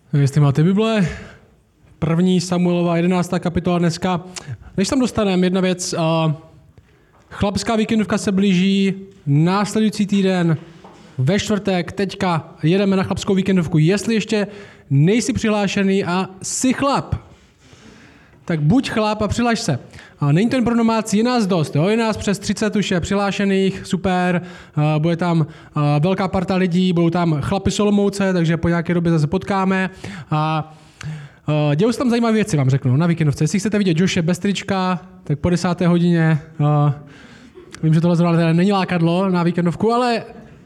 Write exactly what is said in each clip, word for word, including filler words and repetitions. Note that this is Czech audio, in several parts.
Jestli máte Bible, první Samuelova jedenáctá kapitola dneska. Než tam dostaneme, jedna věc. Uh, chlapská víkendovka se blíží, následující týden, ve čtvrtek, teďka jedeme na chlapskou víkendovku. Jestli ještě nejsi přihlášený a jsi chlap, tak buď chlap a přihlaš se. A není to jen pro domácí, je nás dost, jo? Je nás přes třicet už je přihlášených, super, uh, bude tam uh, velká parta lidí, budou tam chlapi z Olomouce, takže po nějaké době zase potkáme. A uh, dějou se tam zajímavé věci, vám řeknu, na víkendovce. Jestli chcete vidět Joshe bez trička, tak po desáté hodině, uh, vím, že tohle zrovna není lákadlo na víkendovku, ale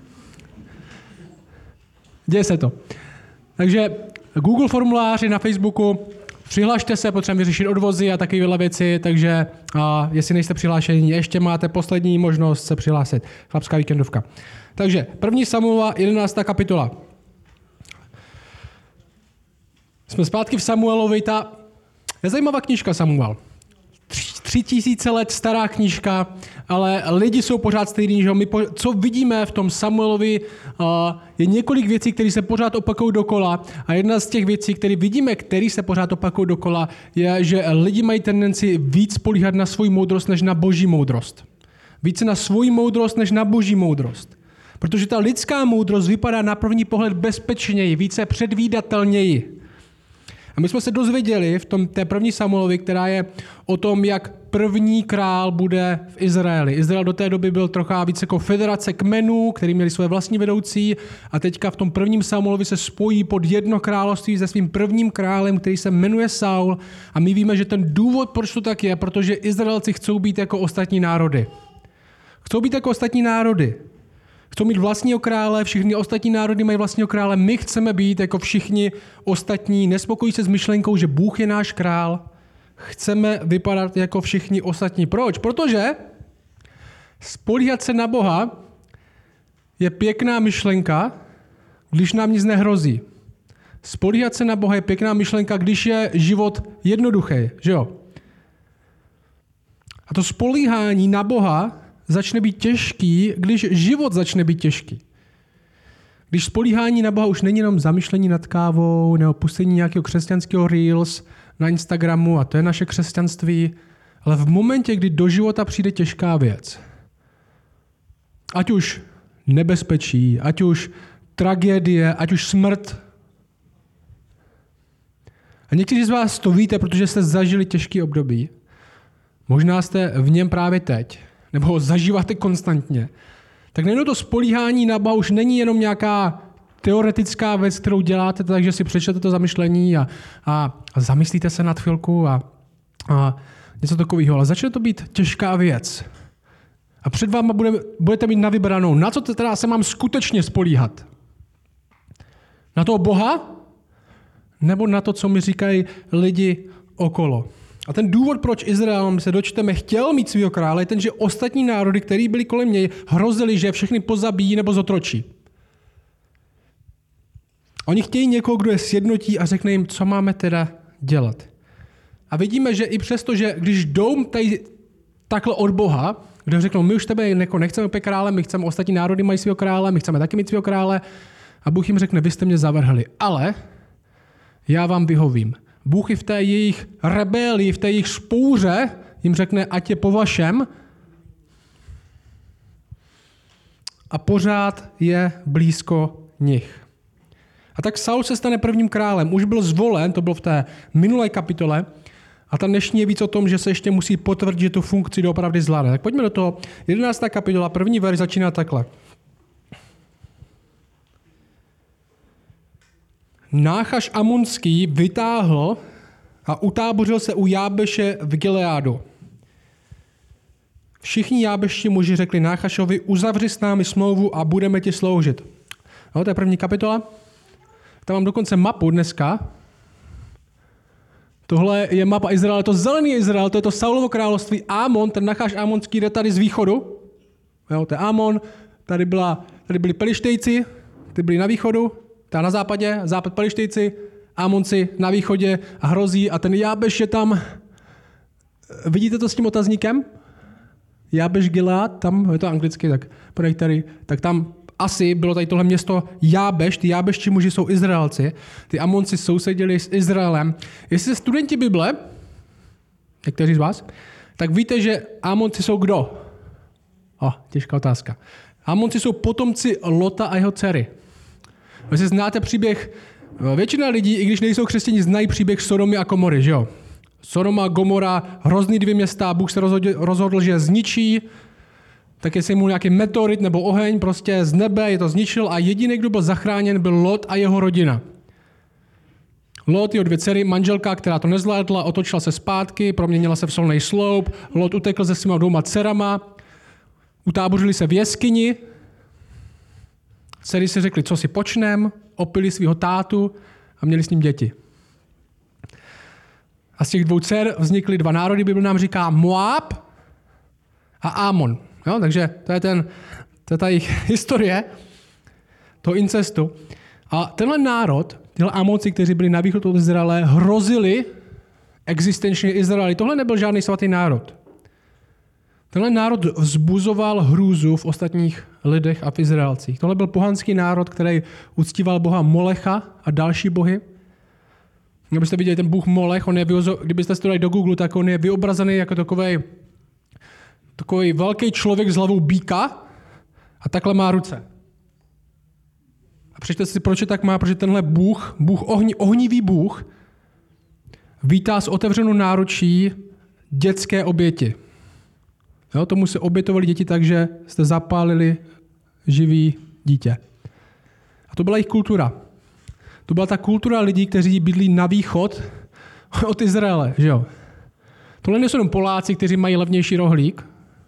děje se to. Takže Google formuláři na Facebooku, přihlašte se, potřebujeme vyřešit odvozy a takové věci, takže a jestli nejste přihlášení, ještě máte poslední možnost se přihlásit. Chlapská víkendovka. Takže první Samuelova jedenáctá kapitola. Jsme zpátky v Samuelovi, ta je zajímavá knížka Samuel. Tři tisíce let stará knížka, ale lidi jsou pořád stejný, že my po, co vidíme v tom Samuelovi, uh, je několik věcí, které se pořád opakují dokola a jedna z těch věcí, které vidíme, které se pořád opakují dokola, je, že lidi mají tendenci víc spolíhat na svou moudrost, než na boží moudrost. Více na svou moudrost, než na boží moudrost. Protože ta lidská moudrost vypadá na první pohled bezpečněji, více předvídatelněji. A my jsme se dozvěděli v tom, té první Samuelovi, která je o tom, jak první král bude v Izraeli. Izrael do té doby byl trochu víc jako federace kmenů, který měli své vlastní vedoucí a teďka v tom prvním Samuelovi se spojí pod jedno království se svým prvním králem, který se jmenuje Saul. A my víme, že ten důvod, proč to tak je, protože Izraelci chcou být jako ostatní národy. Chcou být jako ostatní národy. Chcou mít vlastního krále, všichni ostatní národy mají vlastního krále, my chceme být jako všichni ostatní, nespokojí se s myšlenkou, že Bůh je náš král, chceme vypadat jako všichni ostatní. Proč? Protože spolíhat se na Boha je pěkná myšlenka, když nám nic nehrozí. Spolíhat se na Boha je pěkná myšlenka, když je život jednoduchý, že jo? A to spolíhání na Boha začne být těžký, když život začne být těžký. Když spolíhání na Boha už není jenom zamyšlení nad kávou nebo pustení nějakého křesťanského reels na Instagramu a to je naše křesťanství, ale v momentě, kdy do života přijde těžká věc, ať už nebezpečí, ať už tragédie, ať už smrt. A někteří z vás to víte, protože jste zažili těžký období. Možná jste v něm právě teď, nebo ho zažíváte konstantně, tak nejenom to spolíhání na Boha už není jenom nějaká teoretická věc, kterou děláte, takže si přečtete to zamyšlení a, a, a zamyslíte se nad chvilku a, a něco takového, ale začne to být těžká věc. A před váma bude, budete mít na vybranou, na co teda se mám skutečně spolíhat? Na toho Boha? Nebo na to, co mi říkají lidi okolo? A ten důvod, proč Izrael, my se dočteme, chtěl mít svého krále, je ten, že ostatní národy, který byli kolem něj, hrozili, že všechny pozabíjí nebo zotročí. Oni chtějí někoho, kdo je sjednotí a řekne jim, co máme teda dělat. A vidíme, že i přesto, že když jdou tady takhle od Boha, kde řeknou, my už tebe jako nechceme opět krále, my chceme, ostatní národy mají svého krále, my chceme taky mít svého krále, a Bůh jim řekne, vy jste mě zavrhli, ale já vám vyhovím. Bůh i v té jejich rebelii, v té jejich spouře jim řekne, ať je po vašem a pořád je blízko nich. A tak Saul se stane prvním králem. Už byl zvolen, to bylo v té minulé kapitole, a ta dnešní je víc o tom, že se ještě musí potvrdit, že tu funkci doopravdy zvládne. Tak pojďme do toho. jedenáctá kapitola, první verš začíná takhle. Náchaš Amonský vytáhl a utábořil se u Jábeše v Gileádu. Všichni jábešti muži řekli Náchašovi, uzavři s námi smlouvu a budeme ti sloužit. No, to je první kapitola. Tam mám dokonce mapu dneska. Tohle je mapa Izraele, to zelený Izrael, to je to Saulovo království. Ámon, ten Náchaš Amonský jde tady z východu. Jo, to je Ámon, tady, byla, tady byli Pelištejci, ty byli na východu. Ta na západě, západ Pelištejci, Amonci na východě a hrozí. A ten Jábeš je tam, vidíte to s tím otazníkem? Jábeš Gilead, tam, je to anglicky, tak tady, tak tam asi bylo tady tohle město Jábeš, ty Jábešti muži jsou Izraelci, ty Amonci sousedili s Izraelem. Jestli jste studenti Bible, někteří z vás, tak víte, že Amonci jsou kdo? O, těžká otázka. Amonci jsou potomci Lota a jeho dcery. Vy si znáte příběh, většina lidí, i když nejsou křesťané, znají příběh Sodomy a Gomory, že jo? Sodoma, Gomora, hrozný dvě města, Bůh se rozhodl, rozhodl, že je zničí, tak jestli mu nějaký meteorit nebo oheň prostě z nebe je to zničil a jediný, kdo byl zachráněn, byl Lot a jeho rodina. Lot, jeho dvě dcery, manželka, která to nezvládla, otočila se zpátky, proměnila se v solný sloup, Lot utekl se svýma dvěma dcerama, utábořili se v jeskyni, dcery si řekli, co si počnem, opili svého tátu a měli s ním děti. A z těch dvou dcer vznikly dva národy, Bible nám říká Moab a Amon. Jo, takže to je, ten, to je ta jejich historie toho incestu. A tenhle národ, tyhle Amonci, kteří byli na východ od Izraele, hrozili existenčně Izraeli. Tohle nebyl žádný svatý národ. Tenhle národ vzbuzoval hrůzu v ostatních lidech a v Izraelcích. Tohle byl pohanský národ, který uctíval boha Molecha a další bohy. Kdybyste viděli ten bůh Molech, on je vyozo, kdybyste to dali do Google, tak on je vyobrazený jako takovej, takový velký člověk s hlavou býka a takhle má ruce. A přečtěte si, proč je tak má, protože tenhle bůh, bůh ohni, ohnivý bůh, vítá s otevřenou náručí dětské oběti. Jo, tomu se obětovali děti tak, že jste zapálili živý dítě. A to byla jejich kultura. To byla ta kultura lidí, kteří bydlí na východ od Izraele. Že jo? Tohle nejsou jenom Poláci, kteří mají levnější rohlík.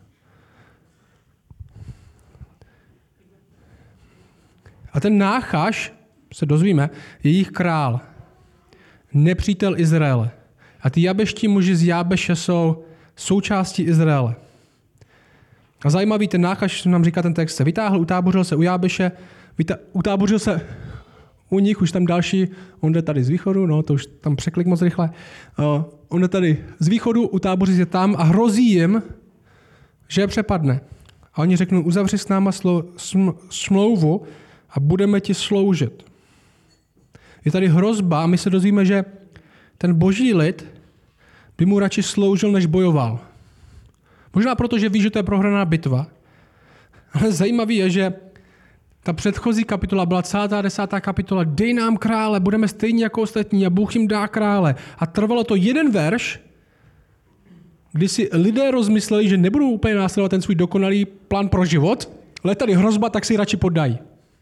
A ten Náchaš, se dozvíme, je jejich král. Nepřítel Izraele. A ty jabeští muži z Jábeše jsou součástí Izraele. A zajímavý, ten Náchaš, nám říká ten text, se vytáhl, utábořil se u Jábeše, vytá, utábořil se u nich, už tam další, on jde tady z východu, no to už tam překlik moc rychle, uh, on jde tady z východu, utáboří se tam a hrozí jim, že je přepadne. A oni řeknou, uzavři s náma slo, sm, smlouvu a budeme ti sloužit. Je tady hrozba a my se dozvíme, že ten boží lid by mu radši sloužil, než bojoval. Možná proto, že ví, že to je prohraná bitva. Ale zajímavý je, že ta předchozí kapitola byla celá ta desátá kapitola. Dej nám krále, budeme stejní jako ostatní a Bůh jim dá krále. A trvalo to jeden verš, kdy si lidé rozmysleli, že nebudou úplně následovat ten svůj dokonalý plán pro život, ale je tady hrozba, tak si radši poddají.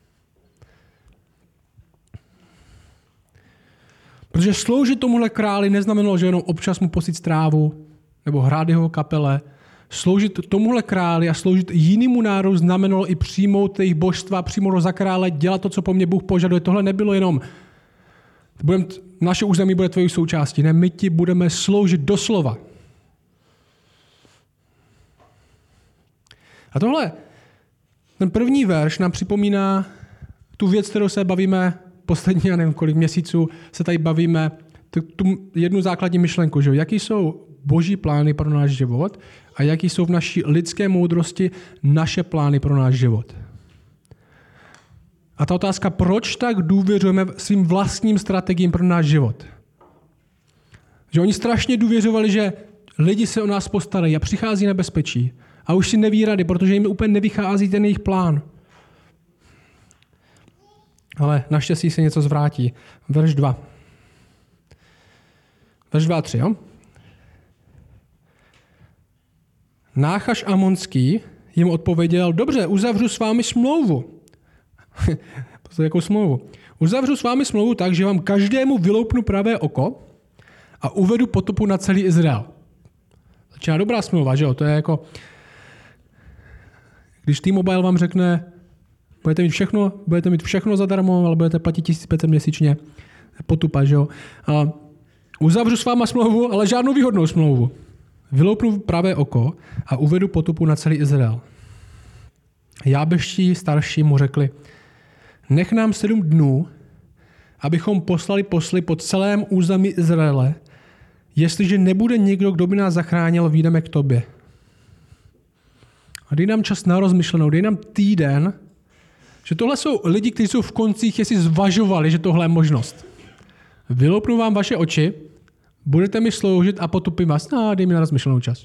Protože sloužit tomuhle králi neznamenalo, že jenom občas mu posit strávu nebo hrát jeho kapele. Sloužit tomuhle králi a sloužit jinému národu znamenalo i přijmout jejich božstva, přijmout za krále, dělat to, co po mně Bůh požaduje. Tohle nebylo jenom, budem, naše území bude tvojí součástí. Ne, my ti budeme sloužit doslova. A tohle, ten první verš nám připomíná tu věc, kterou se bavíme poslední, já nevím kolik měsíců, se tady bavíme, tu, tu jednu základní myšlenku, že jaký jsou boží plány pro náš život a jaký jsou v naší lidské moudrosti naše plány pro náš život. A ta otázka, proč tak důvěřujeme svým vlastním strategiím pro náš život? Že oni strašně důvěřovali, že lidi se o nás postarají a přichází nebezpečí a už si neví rady, protože jim úplně nevychází ten jejich plán. Ale naštěstí se něco zvrátí. Verš dva. Verš dva a tři, jo? Náchaš Amonský jim odpověděl, dobře, uzavřu s vámi smlouvu. Prostě jakou smlouvu? Uzavřu s vámi smlouvu tak, že vám každému vyloupnu pravé oko a uvedu potopu na celý Izrael. Začíná dobrá smlouva, že jo? To je jako, když T-Mobile vám řekne, budete mít všechno, budete mít všechno zadarmo, ale budete platit tisíc pět set měsíčně. Potupa, že jo? A uzavřu s váma smlouvu, ale žádnou výhodnou smlouvu. Vyloupnu pravé oko a uvedu potupu na celý Izrael. Jábeští starší mu řekli, nech nám sedm dnů, abychom poslali posly po celém území Izraele, jestliže nebude nikdo, kdo by nás zachránil, vyjdeme k tobě. A dej nám čas na rozmyšlenou, dej nám týden, Že tohle jsou lidi, kteří jsou v koncích, jestli zvažovali, že tohle je možnost. Vyloupnu vám vaše oči, budete mi sloužit a potupím vás. No, dej mi na rozmyšlenou čas.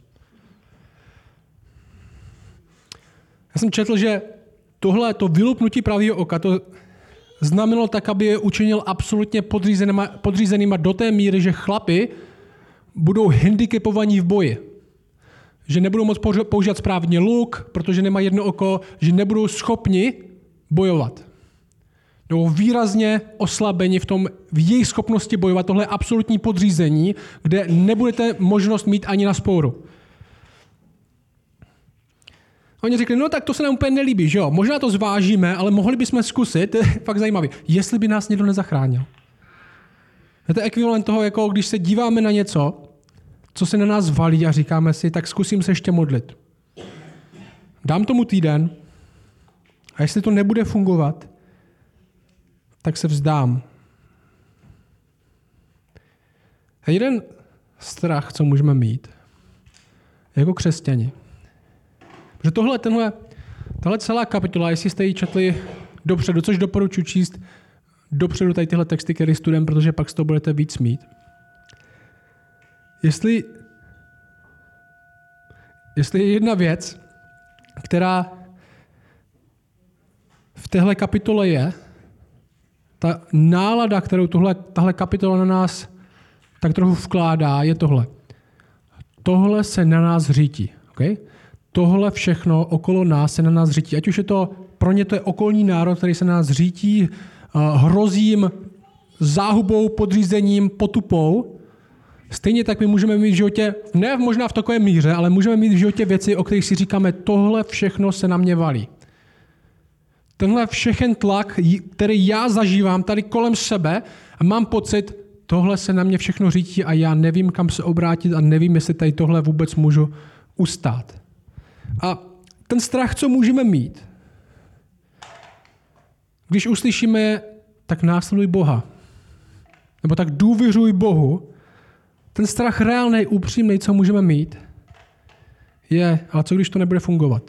Já jsem četl, že tohle, to vyloupnutí pravého oka, to znamenalo tak, aby je učinil absolutně podřízenýma, podřízenýma do té míry, že chlapi budou handicapovaní v boji. Že nebudou moct používat správně luk, protože nemají jedno oko, že nebudou schopni bojovat. Nebo výrazně oslabeni v tom, v jejich schopnosti bojovat. Tohle je absolutní podřízení, kde nebudete možnost mít ani na spouru. Oni řekli, no tak to se nám úplně nelíbí, že jo? Možná to zvážíme, ale mohli bychom zkusit, to je fakt zajímavé, jestli by nás někdo nezachránil. To je ekvivalent toho, jako když se díváme na něco, co se na nás valí a říkáme si, tak zkusím se ještě modlit. Dám tomu týden a jestli to nebude fungovat, tak se vzdám. A jeden strach, co můžeme mít, jako křesťani. Protože tohle, tenhle, tahle celá kapitola, jestli jste ji četli dopředu, což doporučuji číst dopředu tady tyhle texty, které studujeme, protože pak z toho budete víc mít. Jestli, jestli je jedna věc, která v téhle kapitole je, ta nálada, kterou tuhle, tahle kapitola na nás tak trochu vkládá, je tohle. Tohle se na nás řítí. Okay? Tohle všechno okolo nás se na nás řítí. Ať už je to, pro ně to je okolní národ, který se na nás řítí, hrozím, záhubou, podřízením, potupou. Stejně tak my můžeme mít v životě, ne možná v takové míře, ale můžeme mít v životě věci, o kterých si říkáme, tohle všechno se na mě valí. Tenhle všechen tlak, který já zažívám tady kolem sebe a mám pocit, tohle se na mě všechno řítí a já nevím, kam se obrátit a nevím, jestli tady tohle vůbec můžu ustát. A ten strach, co můžeme mít, když uslyšíme, tak následuj Boha, nebo tak důvěřuj Bohu, ten strach reálnej, upřímnej, co můžeme mít, je, ale co když to nebude fungovat?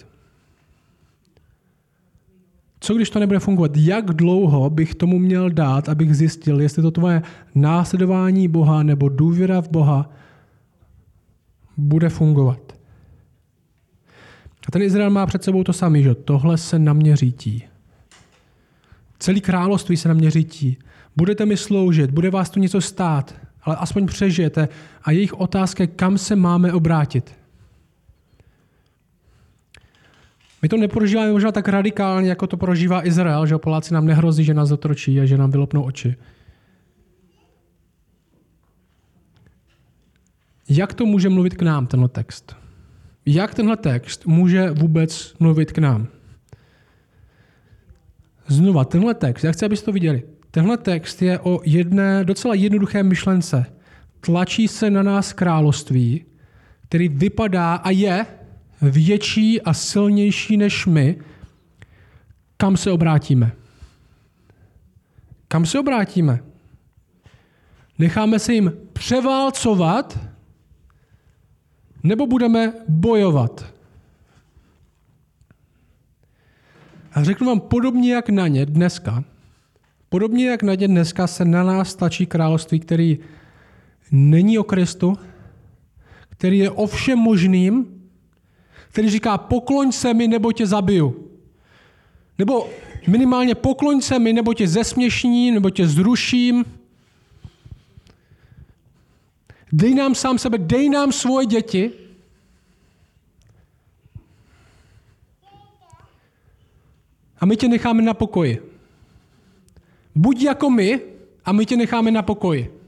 Co když to nebude fungovat? Jak dlouho bych tomu měl dát, abych zjistil, jestli to tvoje následování Boha nebo důvěra v Boha bude fungovat? A ten Izrael má před sebou to samé, že tohle se na mě řítí. Celý království se na mě řítí. Budete mi sloužit, bude vás tu něco stát, ale aspoň přežijete. A jejich otázka je, kam se máme obrátit. My to neprožíváme možná tak radikálně, jako to prožívá Izrael, že Poláci nám nehrozí, že nás zatročí a že nám vylopnou oči. Jak to může mluvit k nám, tenhle text? Jak tenhle text může vůbec mluvit k nám? Znova, tenhle text, já chci, abyste to viděli. Tenhle text je o jedné docela jednoduché myšlence. Tlačí se na nás království, který vypadá a je větší a silnější než my. Kam se obrátíme? Kam se obrátíme? Necháme se jim převálcovat, nebo budeme bojovat? A řeknu vám, podobně jak na ně dneska, podobně jak na ně dneska se na nás tlačí království, který není o Kristu, který je o všem možným, který říká, pokloň se mi, nebo tě zabiju. Nebo minimálně pokloň se mi, nebo tě zesměšní, nebo tě zruším. Dej nám sám sebe, dej nám svoje děti. A my tě necháme na pokoji. Buď jako my, a my tě necháme na pokoji.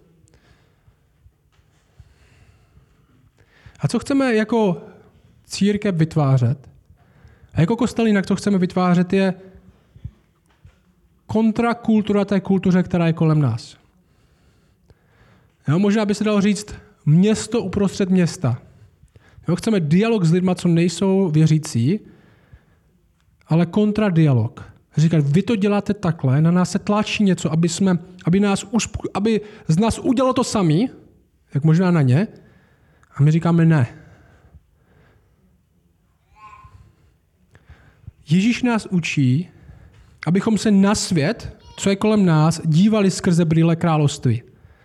A co chceme jako církev vytvářet? A jako kostel jinak, co chceme vytvářet, je kontrakultura té kultuře, která je kolem nás. Jo, možná by se dalo říct město uprostřed města. Jo, chceme dialog s lidma, co nejsou věřící, ale kontradialog. Říkat, vy to děláte takhle, na nás se tlačí něco, aby, jsme, aby, nás, aby z nás udělalo to samý, jak možná na ně, a my říkáme ne. Ježíš nás učí, abychom se na svět, co je kolem nás, dívali skrze brýle království.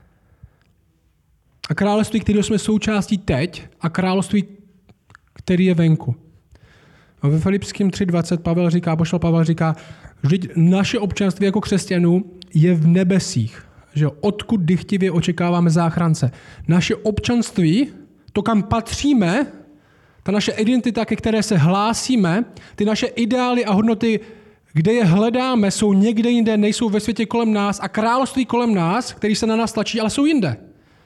A království, kterého jsme součástí teď, a království, který je venku. A ve Filipským tři dvacet Pavel říká, apoštol Pavel říká, že naše občanství jako křesťanů je v nebesích. Že odkud dychtivě očekáváme záchrance. Naše občanství, to, kam patříme, ta naše identita, ke které se hlásíme, ty naše ideály a hodnoty, kde je hledáme, jsou někde jinde, nejsou ve světě kolem nás a království kolem nás, který se na nás tlačí, ale jsou jinde.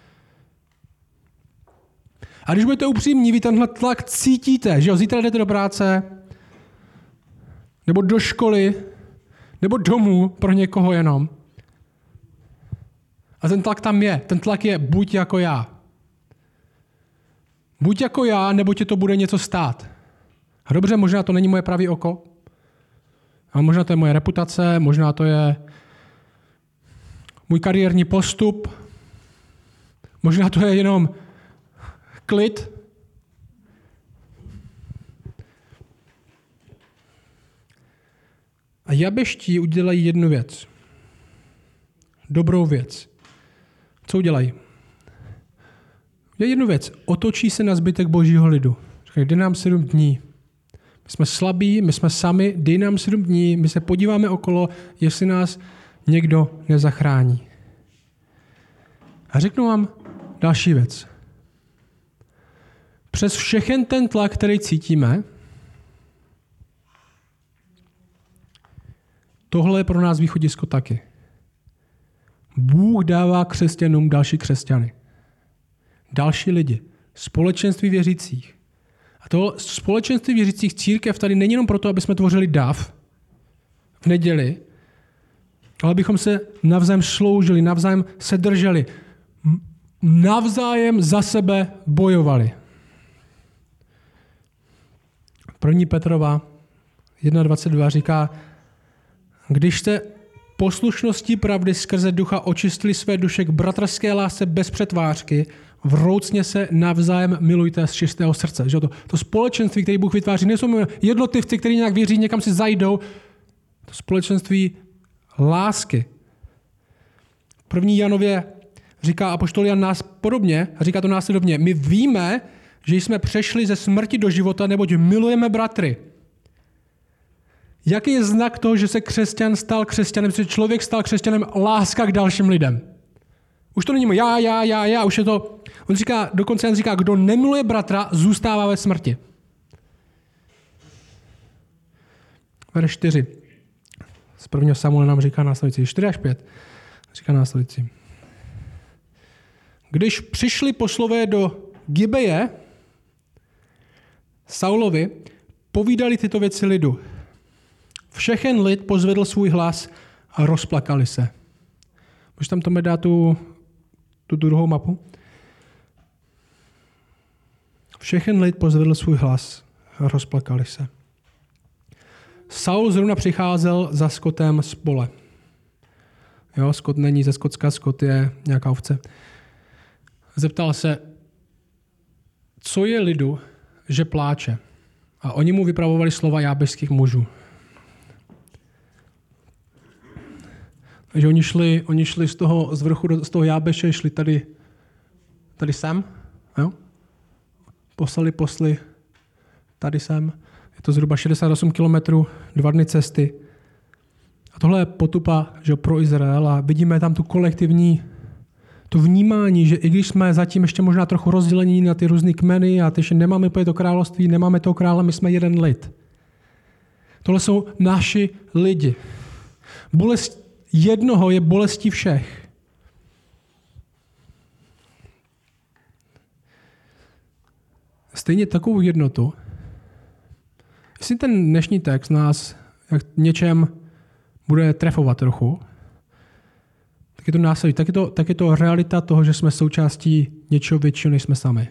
A když budete upřímní, vy tenhle tlak cítíte, že jo, zítra jdete do práce, nebo do školy, nebo domů pro někoho jenom. A ten tlak tam je. Ten tlak je buď jako já. Buď jako já, nebo tě to bude něco stát. A dobře, možná to není moje pravý oko. A možná to je moje reputace, možná to je můj kariérní postup. Možná to je jenom klid. A jabeští udělají jednu věc. Dobrou věc. Co udělají? Udělají jednu věc. Otočí se na zbytek božího lidu. Říkají, dej nám sedm dní. My jsme slabí, my jsme sami, dej nám sedm dní, my se podíváme okolo, jestli nás někdo nezachrání. A řeknu vám další věc. Přes všechen ten tlak, který cítíme, tohle je pro nás východisko taky. Bůh dává křesťanům další křesťany. Další lidi. Společenství věřících. A to společenství věřících církev tady není jenom proto, aby jsme tvořili dav v neděli, ale abychom se navzájem sloužili, navzájem se drželi, navzájem za sebe bojovali. První Petrova jedna dvacet dva říká, když jste poslušností pravdy skrze ducha očistili své duše k bratrské lásce bez přetvářky, vroucně se navzájem milujte z čistého srdce. Že to, to společenství, které Bůh vytváří, nejsou jednotlivci, kteří nějak věří, někam si zajdou. To společenství lásky. První Janově říká apoštol Jan nás podobně, a říká to následovně. My víme, že jsme přešli ze smrti do života, neboť milujeme bratry. Jaký je znak toho, že se křesťan stal křesťanem, že člověk stal křesťanem? Láska k dalším lidem. Už to není já, já, já, já, už je to, on říká, dokonce on říká, kdo nemiluje bratra, zůstává ve smrti. Verš čtyři. Z prvního Samuela nám říká následující, čtyři až pět, říká následující. Když přišli poslové do Gibeje, Saulovi, povídali tyto věci lidu. Všechen lid pozvedl svůj hlas a rozplakali se. Můžeš tam Tome dát tu, tu druhou mapu? Všechen lid pozvedl svůj hlas a rozplakali se. Saul zrovna přicházel za skotem z pole. Jo, skot není ze Skotska, skot je nějaká ovce. Zeptal se, co je lidu, že pláče. A oni mu vypravovali slova jábešských mužů. Takže oni šli, oni šli z toho, z vrchu do, z toho Jábeše, šli tady, tady sem, jo? Poslali posly tady sem. Je to zhruba šedesát osm kilometrů, dva dny cesty. A tohle je potupa, že pro Izrael a vidíme tam tu kolektivní, to vnímání, že i když jsme zatím ještě možná trochu rozdělení na ty různé kmeny a ještě nemáme úplně to království, nemáme toho krále, my jsme jeden lid. Tohle jsou naši lidi. Bolest jednoho je bolestí všech. Stejně takovou jednotu, jestli ten dnešní text nás jak něčem bude trefovat trochu, tak je to následuje. Tak je to, tak je to realita toho, že jsme součástí něčeho většího, než jsme sami.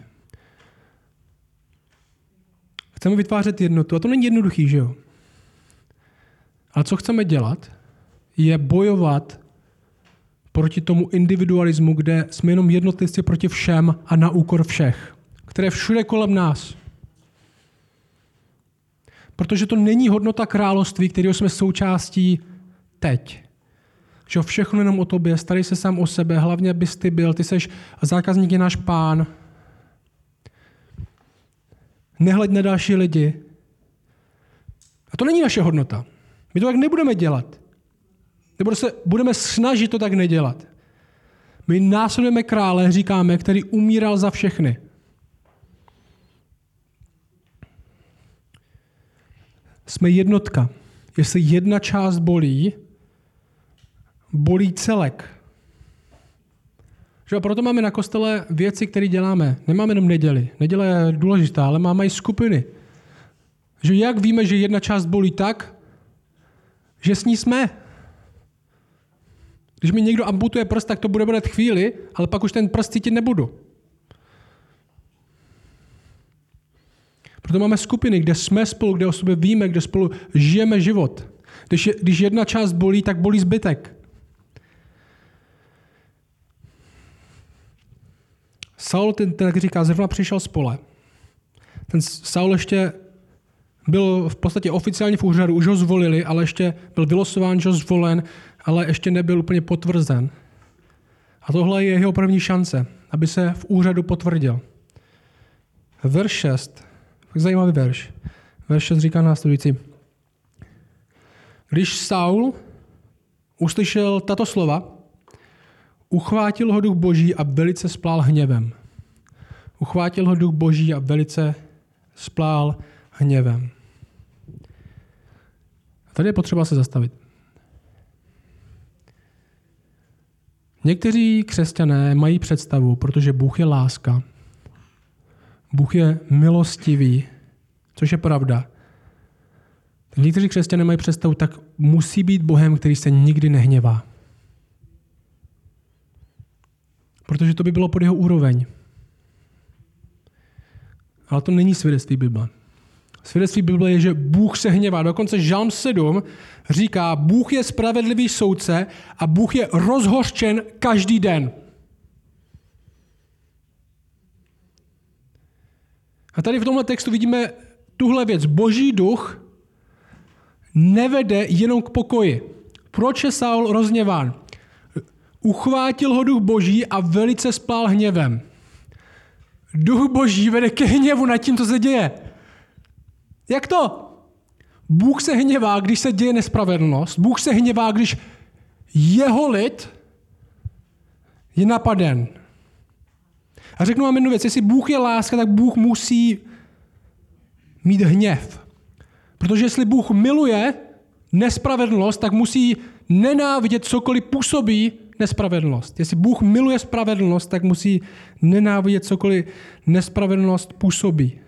Chceme vytvářet jednotu. A to není jednoduchý, že jo? Ale co chceme dělat, je bojovat proti tomu individualismu, kde jsme jenom jednotlivci proti všem a na úkor všech, které je všude kolem nás. Protože to není hodnota království, kterého jsme součástí teď. Že všechno jenom o tobě, starej se sám o sebe, hlavně abys ty byl, ty seš zákazník je náš pán. Nehleď na další lidi. A to není naše hodnota. My to tak nebudeme dělat. Nebo se budeme snažit to tak nedělat. My následujeme krále, říkáme, který umíral za všechny. Jsme jednotka. Jestli jedna část bolí, bolí celek. Že proto máme na kostele věci, které děláme. Nemáme jenom neděli. Neděle je důležitá, ale máme i skupiny. Že jak víme, že jedna část bolí tak, že s ní jsme. Když mi někdo amputuje prst, tak to bude bolet chvíli, ale pak už ten prst cítit nebudu. Proto máme skupiny, kde jsme spolu, kde o sobě víme, kde spolu žijeme život. Když, je, když jedna část bolí, tak bolí zbytek. Saul, ten, ten jak říká, zrovna přišel z pole. Ten Saul ještě byl v podstatě oficiálně v úřadu, už ho zvolili, ale ještě byl vylosován, že ho zvolen, ale ještě nebyl úplně potvrzen. A tohle je jeho první šance, aby se v úřadu potvrdil. Verš šest, tak zajímavý verš. Verš šest říká následující. Když Saul uslyšel tato slova, uchvátil ho duch Boží a velice splál hněvem. Uchvátil ho duch Boží a velice splál hněvem. A tady je potřeba se zastavit. Někteří křesťané mají představu, protože Bůh je láska, Bůh je milostivý, což je pravda. Tak někteří křesťané mají představu, tak musí být Bohem, který se nikdy nehněvá. Protože to by bylo pod jeho úroveň. Ale to není svědectví Bible. Svědectví Bible je, že Bůh se hněvá. Dokonce Žalm sedm říká, Bůh je spravedlivý soudce a Bůh je rozhořčen každý den. A tady v tomhle textu vidíme tuhle věc. Boží duch nevede jenom k pokoji. Proč je Saul rozhněván? Uchvátil ho duch Boží a velice splál hněvem. Duch Boží vede ke hněvu nad tím, co se děje. Jak to? Bůh se hněvá, když se děje nespravedlnost. Bůh se hněvá, když jeho lid je napaden. A řeknu vám jednu věc. Jestli Bůh je láska, tak Bůh musí mít hněv. Protože jestli Bůh miluje nespravedlnost, tak musí nenávidět cokoliv působí nespravedlnost. Jestli Bůh miluje spravedlnost, tak musí nenávidět cokoliv nespravedlnost působí.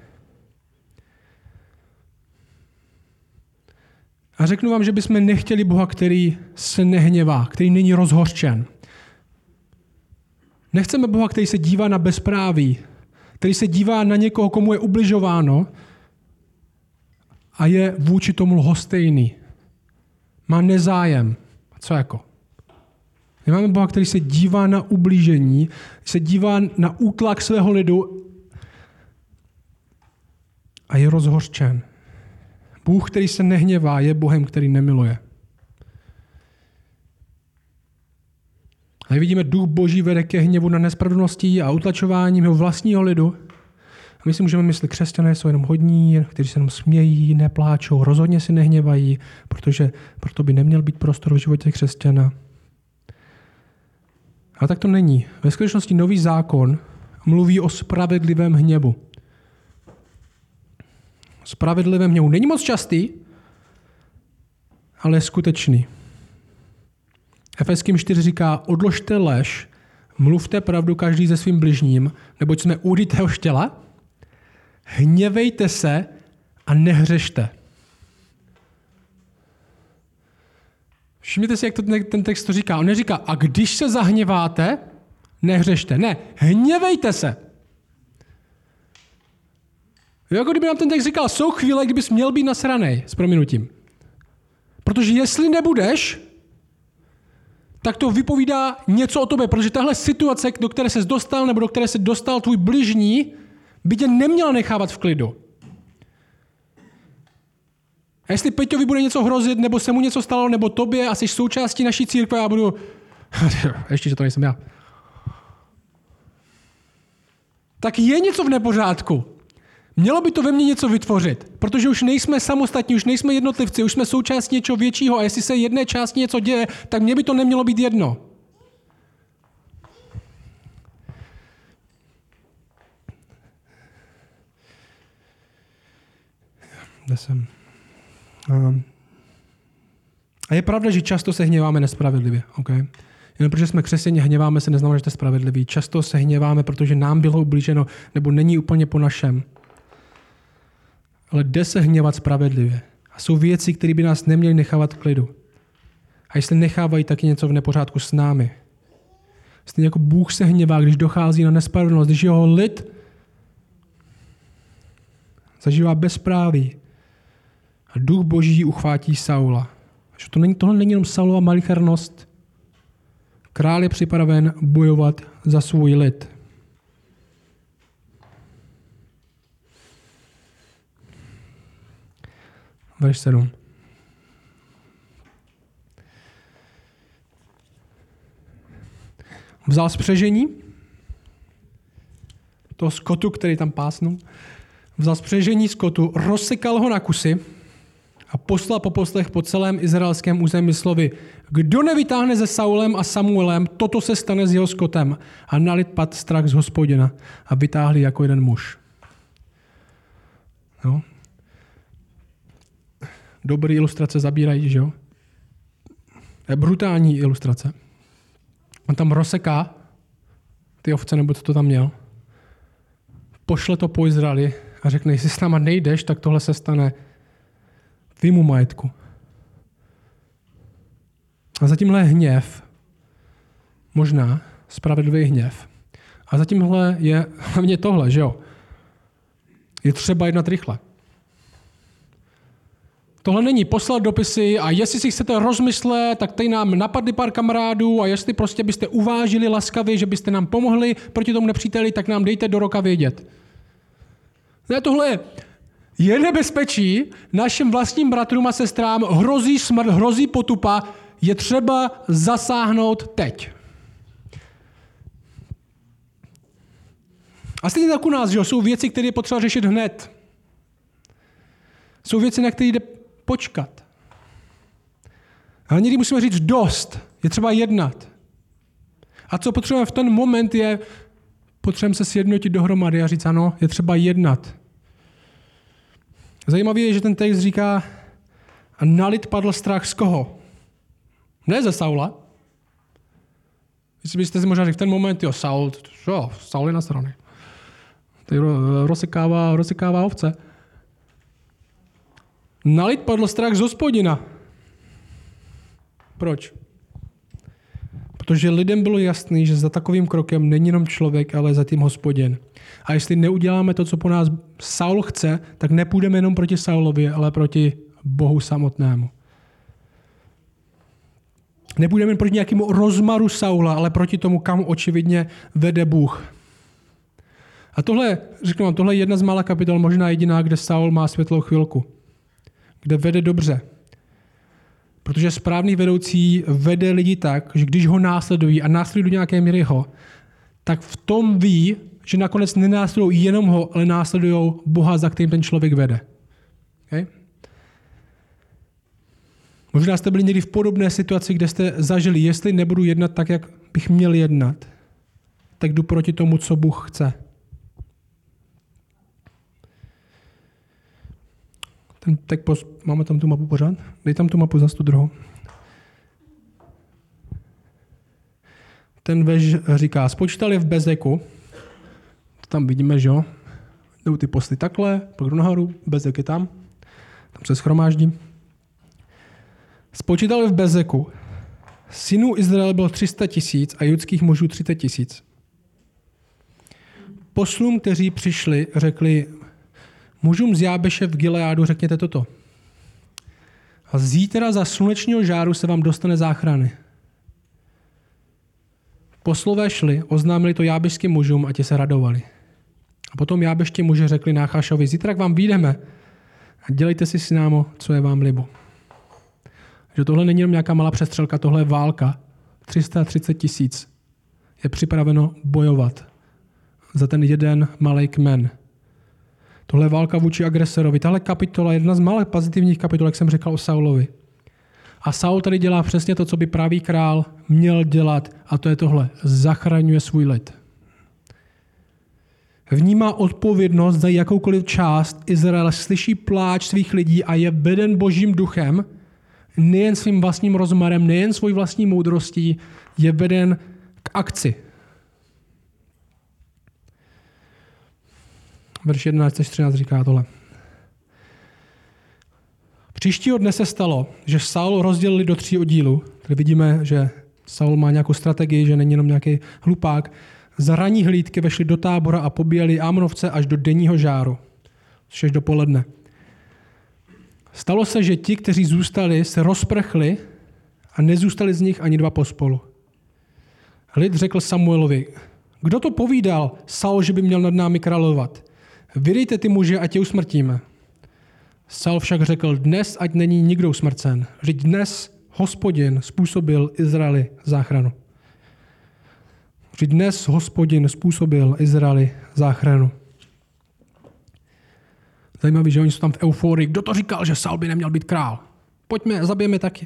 A řeknu vám, že bychom nechtěli Boha, který se nehněvá, který není rozhořčen. Nechceme Boha, který se dívá na bezpráví, který se dívá na někoho, komu je ubližováno a je vůči tomu lhostejný. Má nezájem. A co jako? Nemáme Boha, který se dívá na ublížení, se dívá na útlak svého lidu a je rozhořčen. Bůh, který se nehněvá, je Bohem, který nemiluje. A vidíme, duch Boží vede ke hněvu na nespravedlností a utlačováním jeho vlastního lidu. A my si můžeme myslet, křesťané jsou jenom hodní, kteří se jenom smějí, nepláčou, rozhodně si nehněvají, protože proto by neměl být prostor v životě křesťana. Ale tak to není. Ve skutečnosti nový zákon mluví o spravedlivém hněvu. Spravedlivém hněvu. Není moc častý, ale je skutečný. Efeským čtyři říká, odložte lež, mluvte pravdu každý se svým bližním, neboť jsme údy téhož těla, hněvejte se a nehřešte. Všimněte si, jak to ten text to říká. On neříká, a když se zahněváte, nehřešte. Ne, hněvejte se. Jako kdyby nám ten text říkal, jsou chvíle, kdybys měl být nasranej, s prominutím. Protože jestli nebudeš, tak to vypovídá něco o tobě, protože tahle situace, do které se dostal, nebo do které se dostal tvůj bližní, by tě neměla nechávat v klidu. A jestli Peťovi bude něco hrozit, nebo se mu něco stalo, nebo tobě a jsi součástí naší církve, já budu... Ještě, že to nejsem já. Tak je něco v nepořádku. Mělo by to ve mně něco vytvořit, protože už nejsme samostatní, už nejsme jednotlivci, už jsme součástí něčeho většího a jestli se jedné části něco děje, tak mně by to nemělo být jedno. Kde jsem? A je pravda, že často se hněváme nespravedlivě. Okay? Jenom protože jsme křesťané, hněváme se, neznamená, že jste spravedliví. Často se hněváme, protože nám bylo ublíženo, nebo není úplně po našem. Ale jde se hněvat spravedlivě. A jsou věci, které by nás neměly nechávat v klidu. A jestli nechávají taky něco v nepořádku s námi. Stejně jako Bůh se hněvá, když dochází na nespravedlnost, když jeho lid zažívá bezpráví. A duch Boží uchvátí Saula. Že to není, tohle není jenom Saulova malichernost. Král je připraven bojovat za svůj lid. Verš sedm. Vzal spřežení toho skotu, který tam pásnul. Vzal spřežení skotu, rozsekal ho na kusy a poslal po poslech po celém izraelském území slovy: kdo nevytáhne se Saulem a Samuelem, toto se stane s jeho skotem. A na lid padl strach z Hospodina a vytáhli jako jeden muž. No. Dobrý ilustrace zabírají, že jo? Je brutální ilustrace. On tam rozseká ty ovce, nebo co to tam měl. Pošle to po Izraeli a řekne, jestli s náma nejdeš, tak tohle se stane tvýmu majetku. A za tímhle hněv, možná spravedlivý hněv, a za tímhle je hlavně tohle, že jo? Je třeba jednat rychle. Tohle není poslat dopisy a jestli si chcete rozmyslet, tak tady nám napadli pár kamarádů a jestli prostě byste uvážili laskavě, že byste nám pomohli proti tomu nepříteli, tak nám dejte do roka vědět. Ne, tohle je nebezpečí našim vlastním bratrům a sestrám, hrozí smrt, hrozí potupa, je třeba zasáhnout teď. A stejně tak u nás, že jsou věci, které je potřeba řešit hned. Jsou věci, na které jde počkat. Ale někdy musíme říct dost. Je třeba jednat. A co potřebujeme v ten moment je, potřebujeme se sjednotit dohromady a říct ano, je třeba jednat. Zajímavé je, že ten text říká, a na lid padl strach z koho? Ne ze Saula. Jestli byste si možná řekli v ten moment, jo, Saul, jo, Saul je na straně. Tady rozsekává, rozsekává ovce. Na lid padl strach z Hospodina. Proč? Protože lidem bylo jasný, že za takovým krokem není jenom člověk, ale za tím Hospodin. A jestli neuděláme to, co po nás Saul chce, tak nepůjdeme jenom proti Saulovi, ale proti Bohu samotnému. Nepůjdeme proti nějakému rozmaru Saula, ale proti tomu, kam očividně vede Bůh. A tohle, řeknu vám, tohle je jedna z mála kapitol, možná jediná, kde Saul má světlou chvilku. Kde vede dobře. Protože správný vedoucí vede lidi tak, že když ho následují a následují do nějaké míry ho, tak v tom ví, že nakonec nenásledují jenom ho, ale následují Boha, za kterým ten člověk vede. Okay? Možná jste byli někdy v podobné situaci, kde jste zažili, jestli nebudu jednat tak, jak bych měl jednat, tak jdu proti tomu, co Bůh chce. Ten, tak pos, máme tam tu mapu pořád? Dej tam tu mapu za tu druhou. Ten vež říká, spočítali v Bezeku, to tam vidíme, že jo, jdou ty posty takhle, pak nahoru, Bezek je tam, tam se shromáždí. Spočítali v Bezeku, synů Izraele bylo tři sta tisíc a judských mužů třicet tisíc. Poslům, kteří přišli, řekli, mužům z Jábeše v Gileádu řekněte toto. A zítra za slunečního žáru se vám dostane záchrany. Poslové šli, oznámili to jábešským mužům a ti se radovali. A potom jábešští muži řekli Náchašovi, zítra k vám vyjdeme A dělejte si s námi, co je vám libo. Že tohle není jenom nějaká malá přestřelka, tohle je válka. tři sta třicet tisíc je připraveno bojovat za ten jeden malý kmen. Tohle je válka vůči agresorovi. Tahle kapitola je jedna z malých pozitivních kapitol, jak jsem říkal o Saulovi. A Saul tady dělá přesně to, co by pravý král měl dělat, a to je tohle. Zachraňuje svůj lid. Vnímá odpovědnost za jakoukoliv část Izraele, slyší pláč svých lidí a je veden Božím duchem, nejen svým vlastním rozmarem, nejen svojí vlastní moudrostí, je veden k akci. Verš jedenáct až třináct říká tohle. Příštího dne se stalo, že Saul rozdělili do tří oddílů. Tady vidíme, že Saul má nějakou strategii, že není jenom nějaký hlupák. Za ranní hlídky vešli do tábora a pobíjeli Amonovce až do denního žáru, což až do poledne. Stalo se, že ti, kteří zůstali, se rozprchli a nezůstali z nich ani dva pospolu. Lid řekl Samuelovi, kdo to povídal, Saul, že by měl nad námi královat? Vydejte ty muže a tě usmrtíme. Saul však řekl, dnes ať není nikdo usmrcen. Vždyť dnes Hospodin způsobil Izraeli záchranu. Vždyť dnes Hospodin způsobil Izraeli záchranu. Zajímavý, že oni jsou tam v euforii. Kdo to říkal, že Saul by neměl být král? Pojďme, zabijeme taky.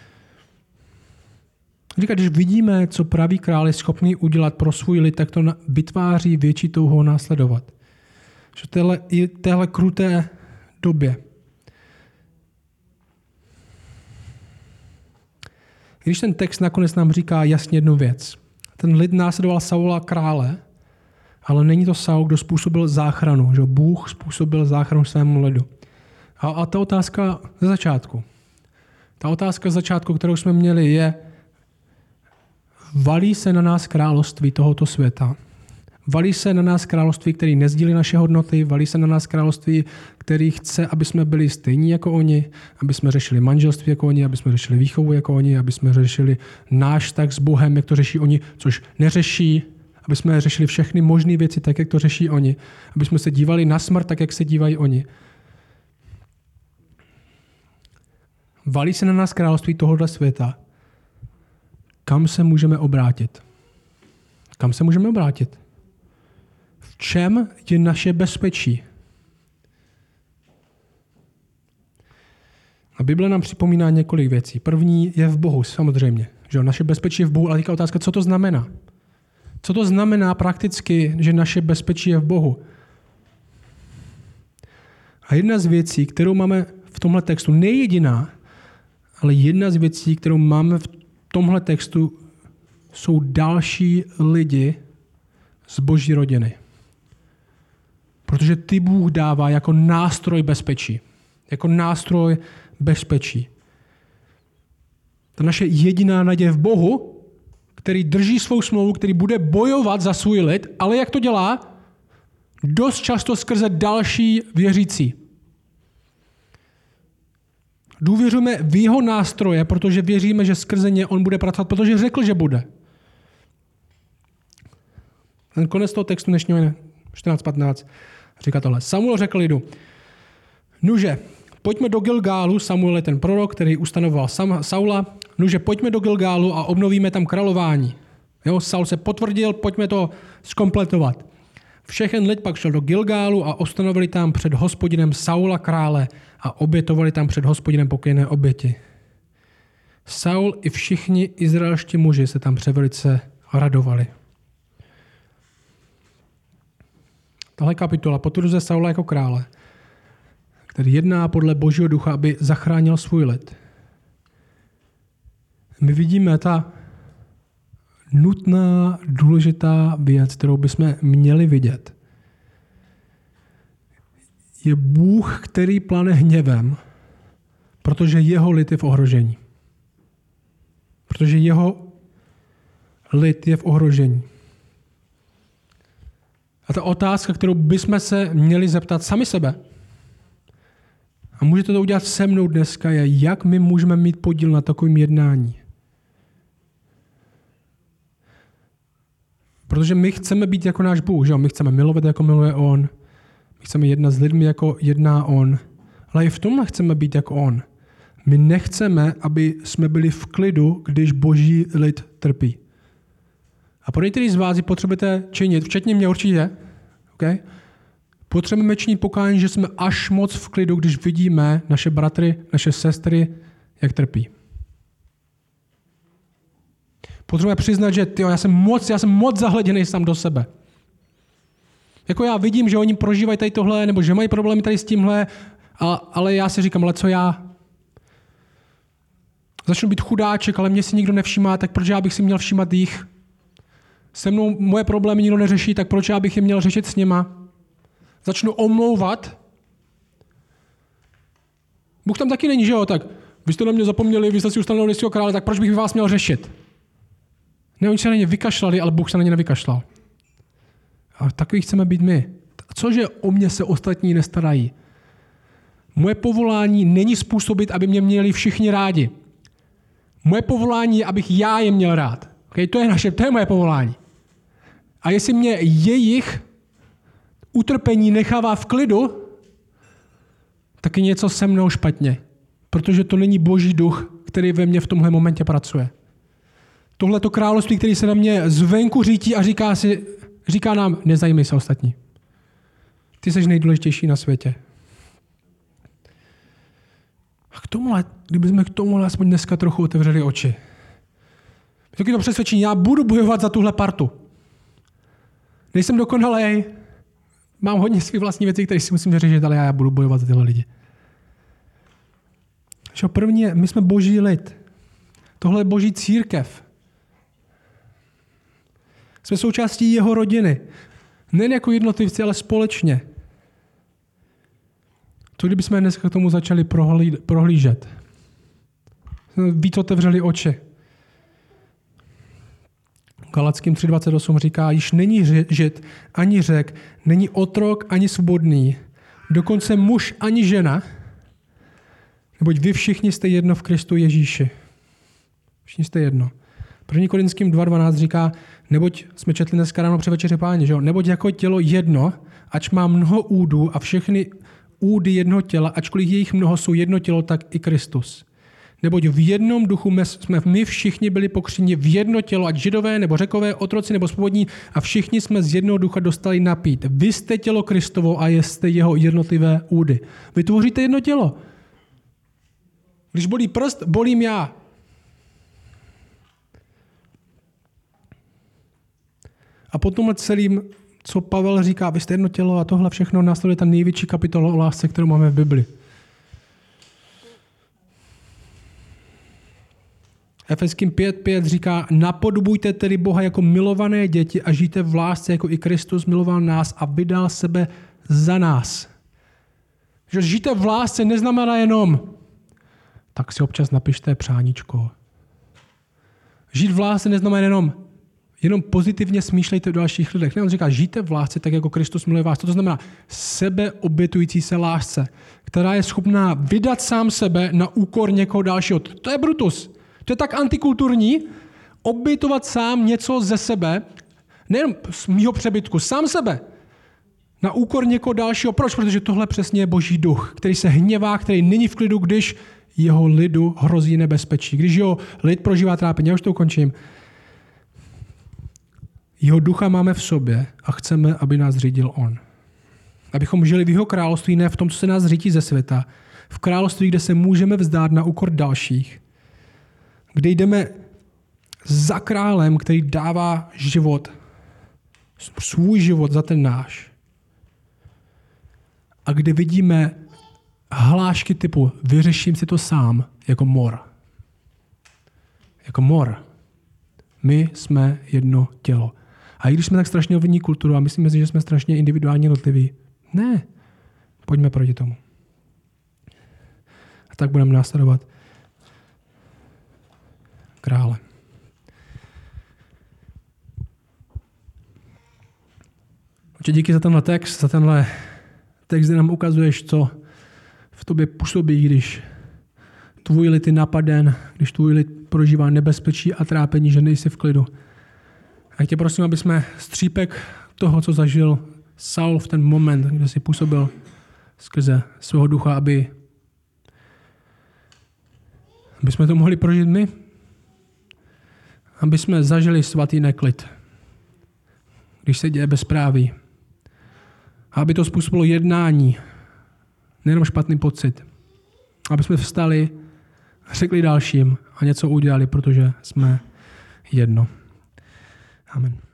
Říká, když vidíme, co pravý král je schopný udělat pro svůj lid, tak to vytváří větší touhu ho následovat. Že téhle, i téhle kruté době. Když ten text nakonec nám říká jasně jednu věc. Ten lid následoval Saula krále, ale není to Saul, kdo způsobil záchranu. Že Bůh způsobil záchranu svému lidu. A, a ta otázka ze začátku. Ta otázka ze začátku, kterou jsme měli, je, valí se na nás království tohoto světa. Valí se na nás království, který nezdílí naše hodnoty, valí se na nás království, který chce, aby jsme byli stejní jako oni, aby jsme řešili manželství jako oni, aby jsme řešili výchovu jako oni, aby jsme řešili náš vztah s Bohem, jak to řeší oni, což neřeší, aby jsme řešili všechny možné věci tak, jak to řeší oni, aby jsme se dívali na smrt tak, jak se dívají oni. Valí se na nás království tohoto světa. Kam se můžeme obrátit? Kam se můžeme obrátit? V čem je naše bezpečí? A Bible nám připomíná několik věcí. První je v Bohu, samozřejmě. Že naše bezpečí je v Bohu, ale teďka otázka, co to znamená? Co to znamená prakticky, že naše bezpečí je v Bohu? A jedna z věcí, kterou máme v tomhle textu, nejediná, ale jedna z věcí, kterou máme v tomhle textu, jsou další lidi z Boží rodiny. Protože ty Bůh dává jako nástroj bezpečí. Jako nástroj bezpečí. Ta naše jediná naděje v Bohu, který drží svou smlouvu, který bude bojovat za svůj lid, ale jak to dělá? Dost často skrze další věřící. Důvěřujeme v jeho nástroje, protože věříme, že skrze ně on bude pracovat, protože řekl, že bude. Ten konec toho textu dnešního čtrnáct patnáct říká tohle. Samuel řekl lidu, nuže, pojďme do Gilgálu, Samuel je ten prorok, který ustanovoval Saula, nuže, pojďme do Gilgálu a obnovíme tam králování. Jo, Saul se potvrdil, pojďme to zkompletovat. Všechen lid pak šel do Gilgálu a ustanovili tam před Hospodinem Saula krále a obětovali tam před Hospodinem pokojné oběti. Saul i všichni izraelští muži se tam převelice radovali. Tahle kapitola potvrzuje Saula jako krále, který jedná podle Božího ducha, aby zachránil svůj lid. My vidíme ta nutná, důležitá věc, kterou bychom měli vidět. Je Bůh, který plane hněvem, protože jeho lid je v ohrožení. Protože jeho lid je v ohrožení. A ta otázka, kterou bychom se měli zeptat sami sebe, a můžete to udělat se mnou dneska, je, jak my můžeme mít podíl na takovém jednání. Protože my chceme být jako náš Bůh, že? My chceme milovat, jako miluje on. My chceme jednat s lidmi, jako jedná on. Ale i v tomhle chceme být jako on. My nechceme, aby jsme byli v klidu, když boží lid trpí. A pro některý z vás ji potřebujete činit, včetně mě určitě, okay? Potřebujeme činit pokání, že jsme až moc v klidu, když vidíme naše bratry, naše sestry, jak trpí. Potřebujeme přiznat, že tyjo, já jsem moc, já jsem moc zahleděný sám do sebe. Jako já vidím, že oni prožívají tady tohle, nebo že mají problémy tady s tímhle, a, ale já si říkám, ale co já? Začnu být chudáček, ale mě si nikdo nevšímá, tak proč já bych si měl všímat jich? Se mnou moje problémy nikdo neřeší, tak proč já bych je měl řešit s něma? Začnu omlouvat. Bůh tam taky není, že jo? Tak vy jste na mě zapomněli, vy jste si ustanovili lidského krále, tak proč bych vás měl řešit? Ne, oni se na ně vykašlali, ale Bůh se na ně nevykašlal. A takový chceme být my. Cože o mě se ostatní nestarají? Moje povolání není způsobit, aby mě měli všichni rádi. Moje povolání je, abych já je měl rád. Okay? To je naše, to je moje povolání. A jestli mě jejich utrpení nechává v klidu, tak je něco se mnou špatně. Protože to není boží duch, který ve mně v tomhle momentě pracuje. Tohleto království, který se na mě zvenku řítí a říká, si, říká nám, nezajímej se ostatní. Ty jsi nejdůležitější na světě. A k tomuhle, kdybychom k tomuhle aspoň dneska trochu otevřeli oči. Taky to přesvědčení, já budu bojovat za tuhle partu. Nejsem dokonalej, mám hodně svých vlastní věcí, které si musím vyřešit, ale já budu bojovat za tyhle lidi. Že první, my jsme boží lid. Tohle je boží církev. Jsme součástí jeho rodiny. Nejen jako jednotlivci, ale společně. Co kdybychom dneska k tomu začali prohlí, prohlížet? Víc otevřeli oči. Galackým tři dvacet osm říká, již není žid ani Řek, není otrok ani svobodný, dokonce muž ani žena, neboť vy všichni jste jedno v Kristu Ježíši. Všichni jste jedno. první Korinským dva dvanáct říká, neboť jsme četli dneska ráno při večeři Páně, že jo? Neboť jako tělo jedno, ač má mnoho údů a všechny údy jednoho těla, ačkoliv jejich mnoho jsou jedno tělo, tak i Kristus. Neboť v jednom duchu jsme my všichni byli pokřtěni v jedno tělo, ať židové, nebo Řekové, otroci, nebo svobodní, a všichni jsme z jednoho ducha dostali napít. Vy jste tělo Kristovo a jste jeho jednotlivé údy. Vy tvoříte jedno tělo. Když bolí prst, bolím já. A potom celým, co Pavel říká, vy jste jedno tělo a tohle všechno následuje ta největší kapitola o lásce, kterou máme v Bibli. Efeským pět pět říká, napodobujte tedy Boha jako milované děti a žijte v lásce, jako i Kristus miloval nás a vydal sebe za nás. Že žijte v lásce neznamená jenom, tak si občas napište přáníčko. Žít v lásce neznamená jenom, jenom pozitivně smýšlejte o dalších lidech. Ne, on říká, žijte v lásce tak, jako Kristus miluje vás. To znamená sebeobětující se lásce, která je schopná vydat sám sebe na úkor někoho dalšího. To je Brutus. To je tak antikulturní, obětovat sám něco ze sebe, nejen z mýho přebytku, sám sebe, na úkor někoho dalšího. Proč? Protože tohle přesně je boží duch, který se hněvá, který není v klidu, když jeho lidu hrozí nebezpečí. Když jeho lid prožívá trápení. Já už to ukončím. Jeho ducha máme v sobě a chceme, aby nás řídil on. Abychom žili v jeho království, ne v tom, co se nás řídí ze světa. V království, kde se můžeme vzdát na úkor dalších. Kde jdeme za králem, který dává život, svůj život za ten náš. A kde vidíme hlášky typu vyřeším si to sám, jako mor. Jako mor. My jsme jedno tělo. A i když jsme tak strašně ovlivní kulturu a myslíme si, že jsme strašně individuálně jednotliví, ne. Pojďme proti tomu. A tak budeme následovat krále. Oče, díky za tenhle text, za tenhle text, kde nám ukazuješ, co v tobě působí, když tvůj lid je napaden, když tvůj lid prožívá nebezpečí a trápení, že nejsi v klidu. A tě prosím, aby jsme střípek toho, co zažil Saul v ten moment, kde si působil skrze svého ducha, aby Aby jsme to mohli prožít my. Aby jsme zažili svatý neklid, když se děje bezpráví. A aby to způsobilo jednání, nejenom špatný pocit. Aby jsme vstali, řekli dalším a něco udělali, protože jsme jedno. Amen.